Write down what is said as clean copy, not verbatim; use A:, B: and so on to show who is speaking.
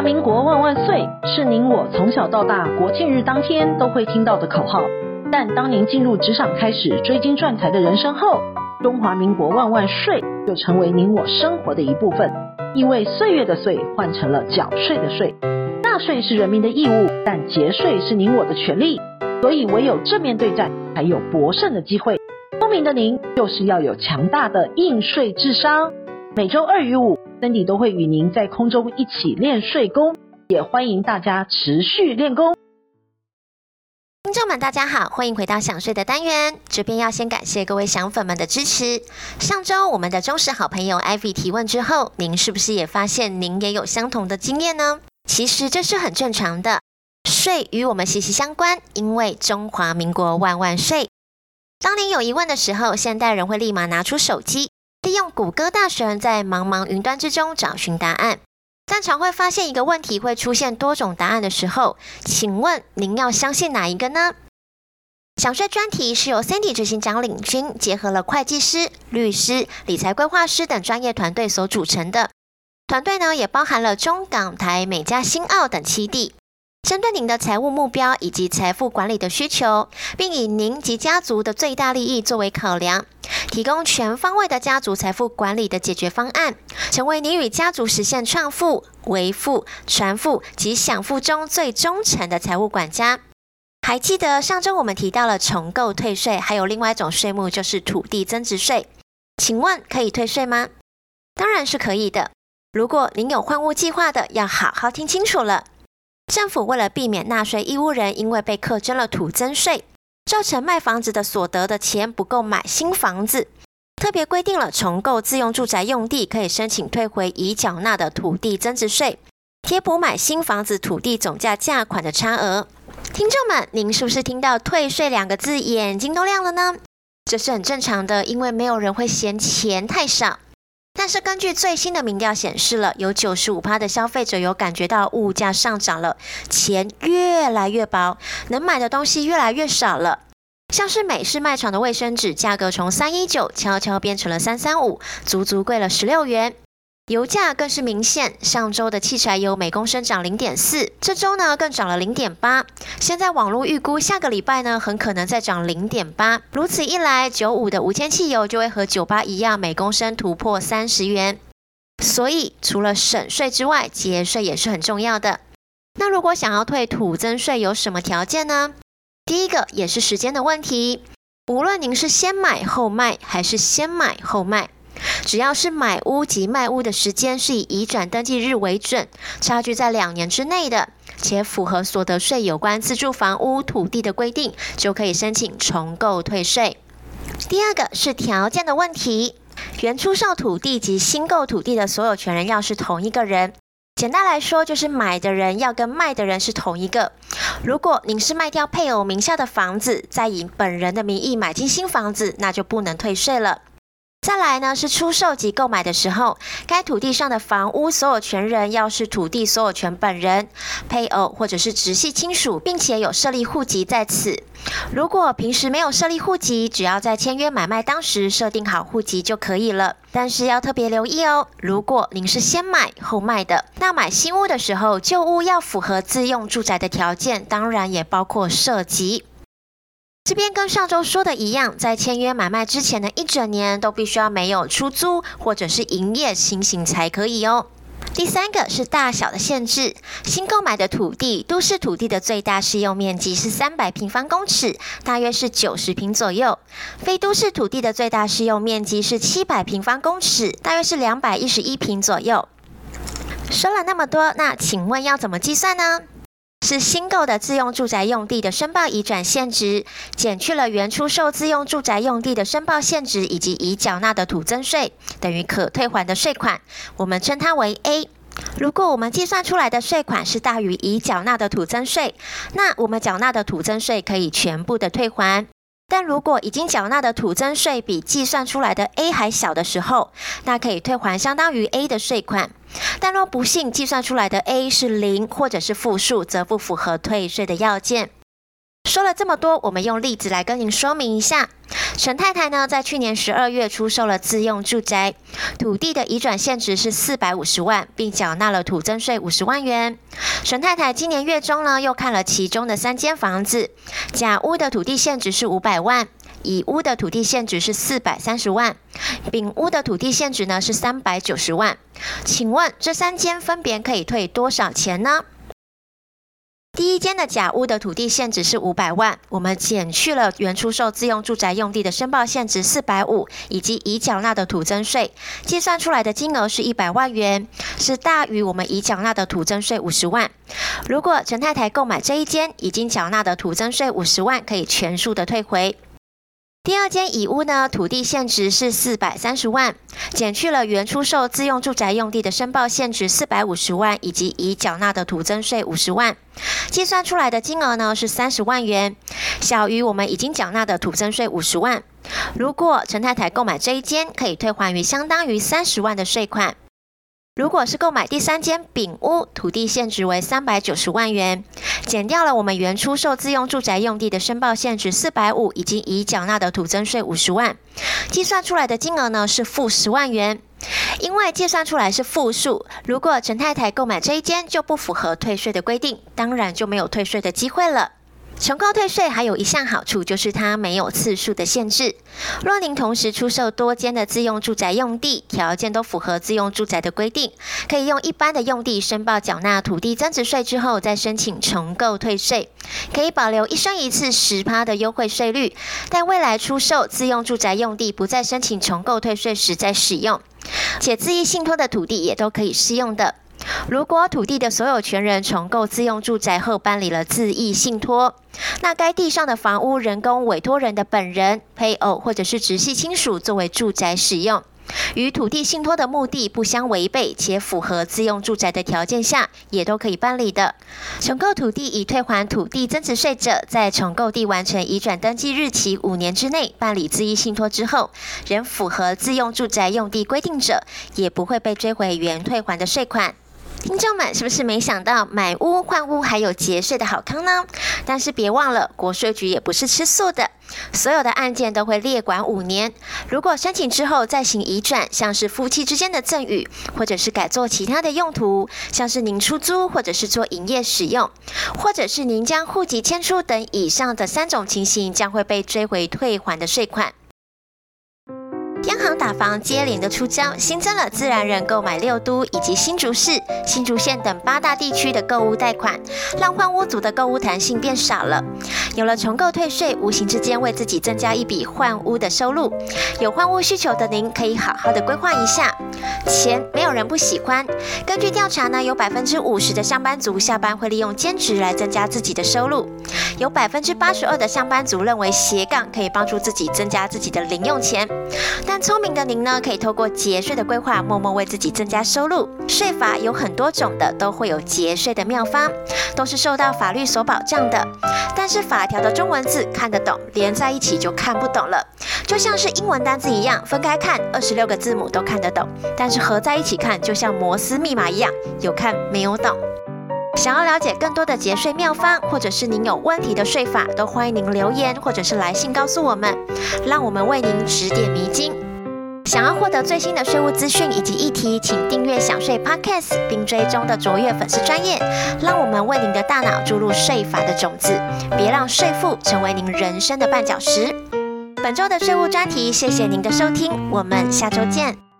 A: 华民国万万岁是您我从小到大国庆日当天都会听到的口号，但当您进入职场开始追金赚财的人生后，中华民国万万税就成为您我生活的一部分，因为岁月的岁换成了缴税的税。纳税是人民的义务，但节税是您我的权利，所以唯有正面对战才有博胜的机会。聪明的您就是要有强大的应税智商。每周2与5 Cindy 都会与您在空中一起练税功，也欢迎大家持续练功。
B: 听众们大家好，欢迎回到想税的单元。这边要先感谢各位想粉们的支持。上周我们的忠实好朋友 Ivy 提问之后，您是不是也发现您也有相同的经验呢？其实这是很正常的，税与我们息息相关，因为中华民国万万岁。当您有疑问的时候，现代人会立马拿出手机，利用谷歌大神在茫茫云端之中找寻答案。但常会发现一个问题会出现多种答案的时候，请问您要相信哪一个呢？想税专题是由 Cindy 执行长领军，结合了会计师、律师、理财规划师等专业团队所组成的。团队呢也包含了中港台、美加、新澳等7地，针对您的财务目标以及财富管理的需求，并以您及家族的最大利益作为考量，提供全方位的家族财富管理的解决方案，成为你与家族实现创富、微富、传富及享富中最忠诚的财务管家。还记得上周我们提到了重购退税，还有另外一种税目就是土地增值税，请问可以退税吗？当然是可以的。如果您有换屋计划的，要好好听清楚了。政府为了避免纳税义务人因为被课征了土增税，造成卖房子的所得的钱不够买新房子，特别规定了重购自用住宅用地可以申请退回已缴纳的土地增值税，贴补买新房子土地总价价款的差额。听众们，您是不是听到退税2个字眼睛都亮了呢？这是很正常的，因为没有人会嫌钱太少。但是根据最新的民调显示了，有 95% 的消费者有感觉到物价上涨了，钱越来越薄，能买的东西越来越少了。像是美式卖场的卫生纸价格从319悄悄变成了335，足足贵了16元。油价更是明显，上周的汽柴油每公升涨 0.4， 这周呢更涨了 0.8， 现在网络预估下个礼拜呢很可能再涨 0.8， 如此一来95的无铅汽油就会和98一样每公升突破30元。所以除了省税之外，节税也是很重要的。那如果想要退土增税有什么条件呢？第一个也是时间的问题，无论您是先买后卖还是先买后卖，只要是买屋及卖屋的时间是以移转登记日为准，差距在2年之内的，且符合所得税有关自住房屋土地的规定，就可以申请重购退税。第二个是条件的问题，原出售土地及新购土地的所有权人要是同一个人，简单来说就是买的人要跟卖的人是同一个。如果您是卖掉配偶名下的房子，再以本人的名义买进新房子，那就不能退税了。再来呢是出售及购买的时候，该土地上的房屋所有权人要是土地所有权本人、配偶或者是直系亲属，并且有设立户籍在此。如果平时没有设立户籍，只要在签约买卖当时设定好户籍就可以了。但是要特别留意哦，如果您是先买后卖的，那买新屋的时候，旧屋要符合自用住宅的条件，当然也包括设籍。这边跟上周说的一样，在签约买卖之前的1整年都必须要没有出租或者是营业情形才可以哦。第三个是大小的限制，新购买的土地，都市土地的最大适用面积是300平方公尺，大约是90坪左右；非都市土地的最大适用面积是700平方公尺，大约是211坪左右。说了那么多，那请问要怎么计算呢？是新购的自用住宅用地的申报移转现值，减去了原出售自用住宅用地的申报现值以及已缴纳的土增税，等于可退还的税款，我们称它为 A。如果我们计算出来的税款是大于已缴纳的土增税，那我们缴纳的土增税可以全部的退还。但如果已经缴纳的土增税比计算出来的 A 还小的时候，那可以退还相当于 A 的税款。但若不幸计算出来的 A 是0或者是负数，则不符合退税的要件。 说了这么多，我们用例子来跟您说明一下。陈太太呢，在去年12月出售了自用住宅，土地的移转现值是450万，并缴纳了土增税50万元。陈太太今年月中呢，又看了其中的3间房子，甲屋的土地现值是500万，乙屋的土地现值是430万，丙屋的土地现值呢是390万。请问这3间分别可以退多少钱呢？第一间的甲屋的土地现值是500万，我们减去了原出售自用住宅用地的申报现值450，以及已缴纳的土增税，计算出来的金额是100万元，是大于我们已缴纳的土增税50万。如果陈太太购买这一间，已经缴纳的土增税50万可以全数的退回。第二间乙屋呢，土地现值是430万，减去了原出售自用住宅用地的申报现值450万，以及已缴纳的土增税50万，计算出来的金额呢是30万元，小于我们已经缴纳的土增税50万。如果陈太太购买这一间，可以退还于相当于30万的税款。如果是购买第3间丙屋，土地现值为390万元，减掉了我们原出售自用住宅用地的申报现值450，以及已缴纳的土增税50万，计算出来的金额呢是负10万元。因为计算出来是负数，如果陈太太购买这一间就不符合退税的规定，当然就没有退税的机会了。重购退税还有一项好处，就是它没有次数的限制。若您同时出售多间的自用住宅用地，条件都符合自用住宅的规定，可以用一般的用地申报缴纳土地增值税之后，再申请重购退税，可以保留一生一次10%的优惠税率，但未来出售自用住宅用地不再申请重购退税时再使用，且自益信托的土地也都可以适用的。如果土地的所有权人重购自用住宅后办理了自益信托，那该地上的房屋人工委托人的本人、配偶或者是直系亲属作为住宅使用，与土地信托的目的不相违背且符合自用住宅的条件下，也都可以办理的。重购土地已退还土地增值税者，在重购地完成移转登记日期5年之内办理自益信托之后，仍符合自用住宅用地规定者，也不会被追回原退还的税款。听众们是不是没想到买屋换屋还有节税的好康呢？但是别忘了，国税局也不是吃素的，所有的案件都会列管5年。如果申请之后再行移转，像是夫妻之间的赠与，或者是改做其他的用途，像是您出租或者是做营业使用，或者是您将户籍迁出等以上的3种情形，将会被追回退还的税款。央行打房接连的出招，新增了自然人购买6都以及新竹市、新竹县等8大地区的购屋贷款，让换屋族的购屋弹性变少了。有了重购退税，无形之间为自己增加一笔换屋的收入。有换屋需求的您，可以好好的规划一下。钱没有人不喜欢，根据调查呢，有50%的上班族下班会利用兼职来增加自己的收入，有82%的上班族认为斜杠可以帮助自己增加自己的零用钱。但聪明的您呢，可以透过节税的规划，默默为自己增加收入。税法有很多种的，都会有节税的妙方，都是受到法律所保障的。但是法条的中文字看得懂，连在一起就看不懂了。就像是英文单字一样，分开看26个字母都看得懂，但是合在一起看，就像摩斯密码一样，有看没有懂。想要了解更多的节税妙方，或者是您有问题的税法，都欢迎您留言或者是来信告诉我们，让我们为您指点迷津。想要获得最新的税务资讯以及议题，请订阅享税 Podcast 并追踪的卓越粉丝专页，让我们为您的大脑注入税法的种子，别让税负成为您人生的绊脚石。本周的税务专题，谢谢您的收听，我们下周见。